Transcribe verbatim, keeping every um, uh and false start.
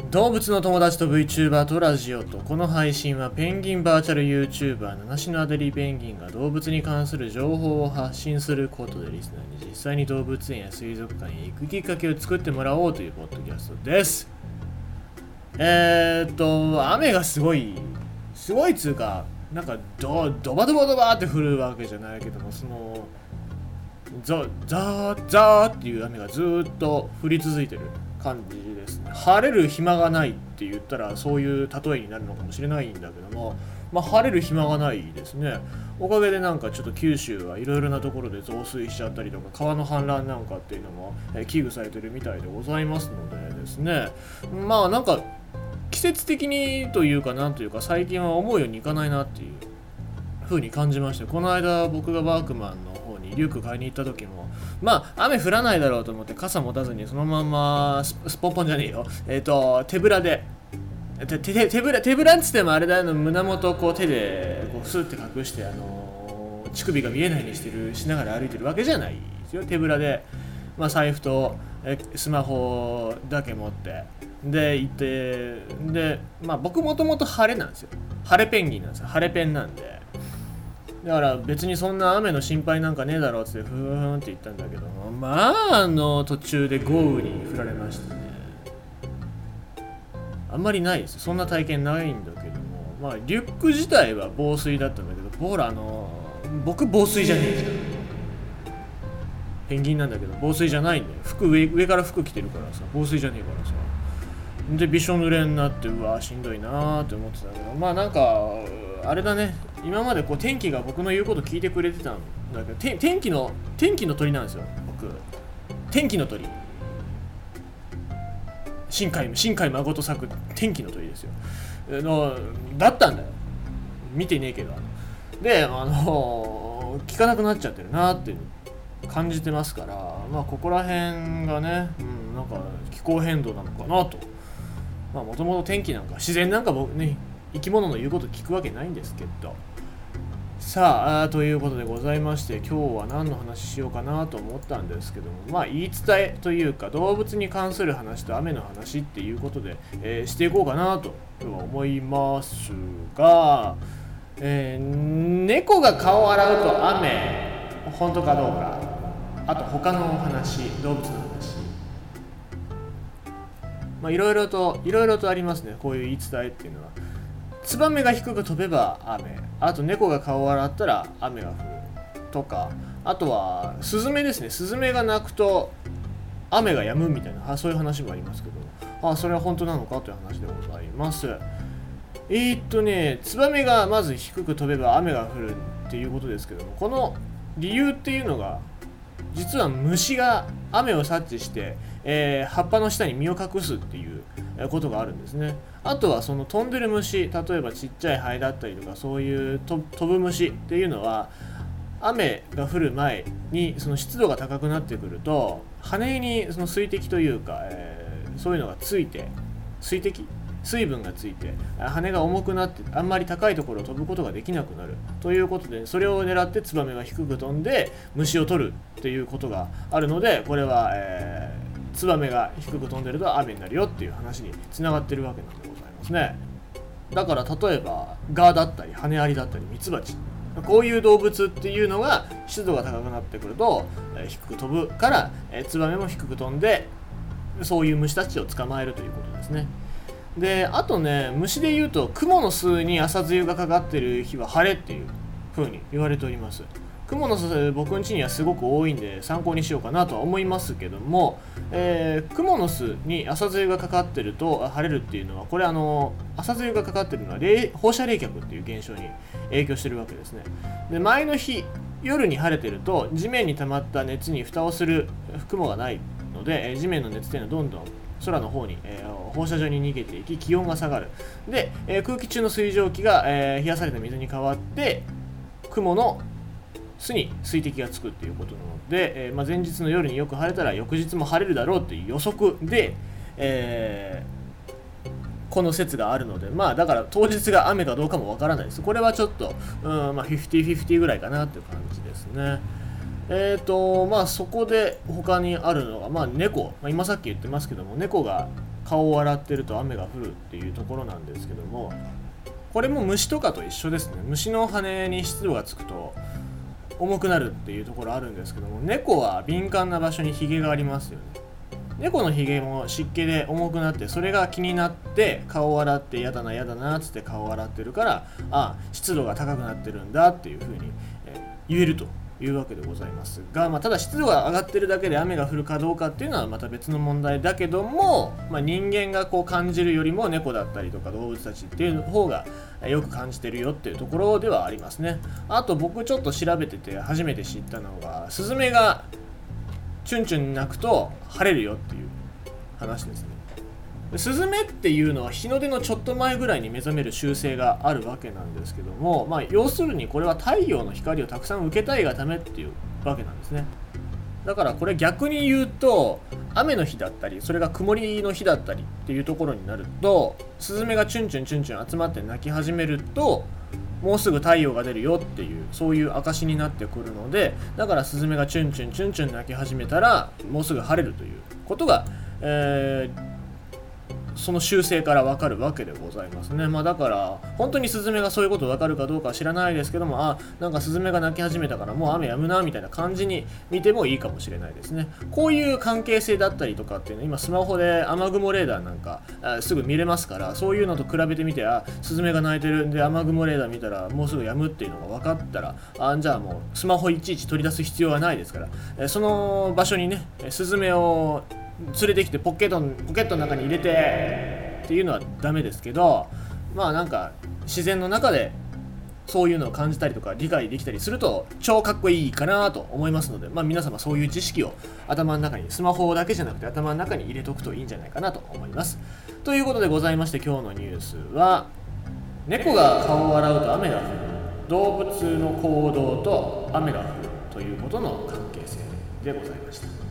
動物の友達と VTuber とラジオと、この配信はペンギンバーチャル YouTuber 七種のアデリーペンギンが動物に関する情報を発信することでリスナーに実際に動物園や水族館へ行くきっかけを作ってもらおうというポッドキャストです。えーっと雨がすごいすごいつうかなんかドドバドバドバって降るわけじゃないけども、そのザザーザーっていう雨がずーっと降り続いてる感じですね。晴れる暇がないって言ったらそういう例えになるのかもしれないんだけども、まあ晴れる暇がないですね。おかげでなんかちょっと九州はいろいろなところで増水しちゃったりとか川の氾濫なんかっていうのも、えー、危惧されてるみたいでございますのでですね、まあなんか季節的にというかなんというか最近は思うようにいかないなっていう風に感じました。この間僕がワークマンの方にリュック買いに行った時も、まあ雨降らないだろうと思って傘持たずにそのままススポッポンじゃねえよえっ、ー、と手ぶらで手手手ぶら手ぶらっつってもあれだよ、胸元をこう手でこうスッて隠してあのー、乳首が見えないようにしてるしながら歩いてるわけじゃないですよ。手ぶらで、まあ、財布とえスマホだけ持ってで行って、でまあ僕もともと晴れなんですよ。晴れペンギンなんですよ。晴れペンなんで、だから別にそんな雨の心配なんかねえだろうってふーんって言ったんだけども、まああの途中で豪雨に降られましたね。あんまりないです。そんな体験ないんだけども、まあリュック自体は防水だったんだけど、ほらあの僕防水じゃねえじゃん。ペンギンなんだけど防水じゃないんだよ。服 上, 上から服着てるからさ、防水じゃねえからさ。でびしょ濡れになってうわしんどいなーって思ってたけど、まあなんかあれだね、今までこう天気が僕の言うこと聞いてくれてたんだけど、て天気の天気の鳥なんですよ僕。天気の鳥、新海新海誠作天気の鳥ですよのだったんだよ。見てねえけど、であの聞かなくなっちゃってるなって感じてますから、まあここら辺がね、うん、なんか気候変動なのかなと。まあもともと天気なんか自然なんか僕ね、生き物の言うこと聞くわけないんですけど。さあということでございまして、今日は何の話しようかなと思ったんですけども、まあ言い伝えというか動物に関する話と雨の話っていうことで、えー、していこうかなと今日は思いますが、えー、猫が顔を洗うと雨本当かどうか、あと他の話、動物の話、まあいろいろといろいろとありますね。こういう言い伝えっていうのは、ツバメが低く飛べば雨、あと猫が顔を洗ったら雨が降るとか、あとはスズメですね。スズメが鳴くと雨が止むみたいな、そういう話もありますけど、あそれは本当なのかという話でございます。えーっとねツバメがまず低く飛べば雨が降るっていうことですけども、この理由っていうのが実は虫が雨を察知して、えー、葉っぱの下に身を隠すっていうことがあるんですね。あとはその飛んでる虫、例えばちっちゃいハエだったりとかそういうと飛ぶ虫っていうのは雨が降る前にその湿度が高くなってくると羽にその水滴というか、えー、そういうのがついて、水滴水分がついて羽が重くなってあんまり高いところを飛ぶことができなくなるということで、それを狙ってツバメが低く飛んで虫を取るっていうことがあるので、これは、えー、ツバメが低く飛んでると雨になるよっていう話につながってるわけなんでございますね。だから例えばガだったり羽アリだったりミツバチ、こういう動物っていうのが湿度が高くなってくると、えー、低く飛ぶから、えー、ツバメも低く飛んでそういう虫たちを捕まえるということですね。であとね、虫で言うとクモの巣に朝露がかかってる日は晴れっていう風に言われております。クモの巣僕ん家にはすごく多いんで参考にしようかなとは思いますけども、えー、クモの巣に朝露がかかってると晴れるっていうのは、これあの朝露がかかってるのは放射冷却っていう現象に影響してるわけですね。で前の日夜に晴れてると地面に溜まった熱に蓋をする雲がないので、地面の熱っていうのはどんどん空の方に、えー、放射状に逃げていき気温が下がる。で、えー、空気中の水蒸気が、えー、冷やされた水に変わって雲の巣に水滴がつくっていうことなので、えーまあ、前日の夜によく晴れたら翌日も晴れるだろうっていう予測で、えー、この説があるので、まあだから当日が雨かどうかもわからないです。これはちょっと、うん、まあ、フィフティーフィフティーぐらいかなっていう感じですね。えーとまあそこで他にあるのが、まあ、猫、まあ、今さっき言ってますけども、猫が顔を洗ってると雨が降るっていうところなんですけども、これも虫とかと一緒ですね。虫の羽に湿度がつくと重くなるっていうところあるんですけども、猫は敏感な場所にヒゲがありますよね。猫のヒゲも湿気で重くなって、それが気になって顔を洗って嫌だな嫌だなっつって顔を洗ってるから、あ湿度が高くなってるんだっていうふうに、えー、言えるというわけでございますが、まあ、ただ湿度が上がってるだけで雨が降るかどうかっていうのはまた別の問題だけども、まあ、人間がこう感じるよりも猫だったりとか動物たちっていう方がよく感じてるよっていうところではありますね。あと僕ちょっと調べてて初めて知ったのが、スズメがチュンチュン鳴くと晴れるよっていう話ですね。スズメっていうのは日の出のちょっと前ぐらいに目覚める習性があるわけなんですけども、まあ、要するにこれは太陽の光をたくさん受けたいがためっていうわけなんですね。だからこれ逆に言うと、雨の日だったりそれが曇りの日だったりっていうところになると、スズメがチュンチュンチュンチュン集まって鳴き始めると、もうすぐ太陽が出るよっていう、そういう証になってくるので、だからスズメがチュンチュンチュンチュン鳴き始めたらもうすぐ晴れるということが、えーその習性から分かるわけでございますね。まあだから本当にスズメがそういうこと分かるかどうかは知らないですけども、あなんかスズメが鳴き始めたからもう雨やむなみたいな感じに見てもいいかもしれないですね。こういう関係性だったりとかっていうのは今スマホで雨雲レーダーなんかすぐ見れますから、そういうのと比べてみて、あスズメが鳴いてるんで雨雲レーダー見たらもうすぐやむっていうのが分かったら、あじゃあもうスマホいちいち取り出す必要はないですから、その場所にねスズメを連れてきてポケットポケットの中に入れてっていうのはダメですけど、まあなんか自然の中でそういうのを感じたりとか理解できたりすると超かっこいいかなと思いますので、まあ皆様そういう知識を頭の中に、スマホだけじゃなくて頭の中に入れておくといいんじゃないかなと思います。ということでございまして、今日のニュースは、猫が顔を洗うと雨が降る、動物の行動と雨が降るということの関係性でございました。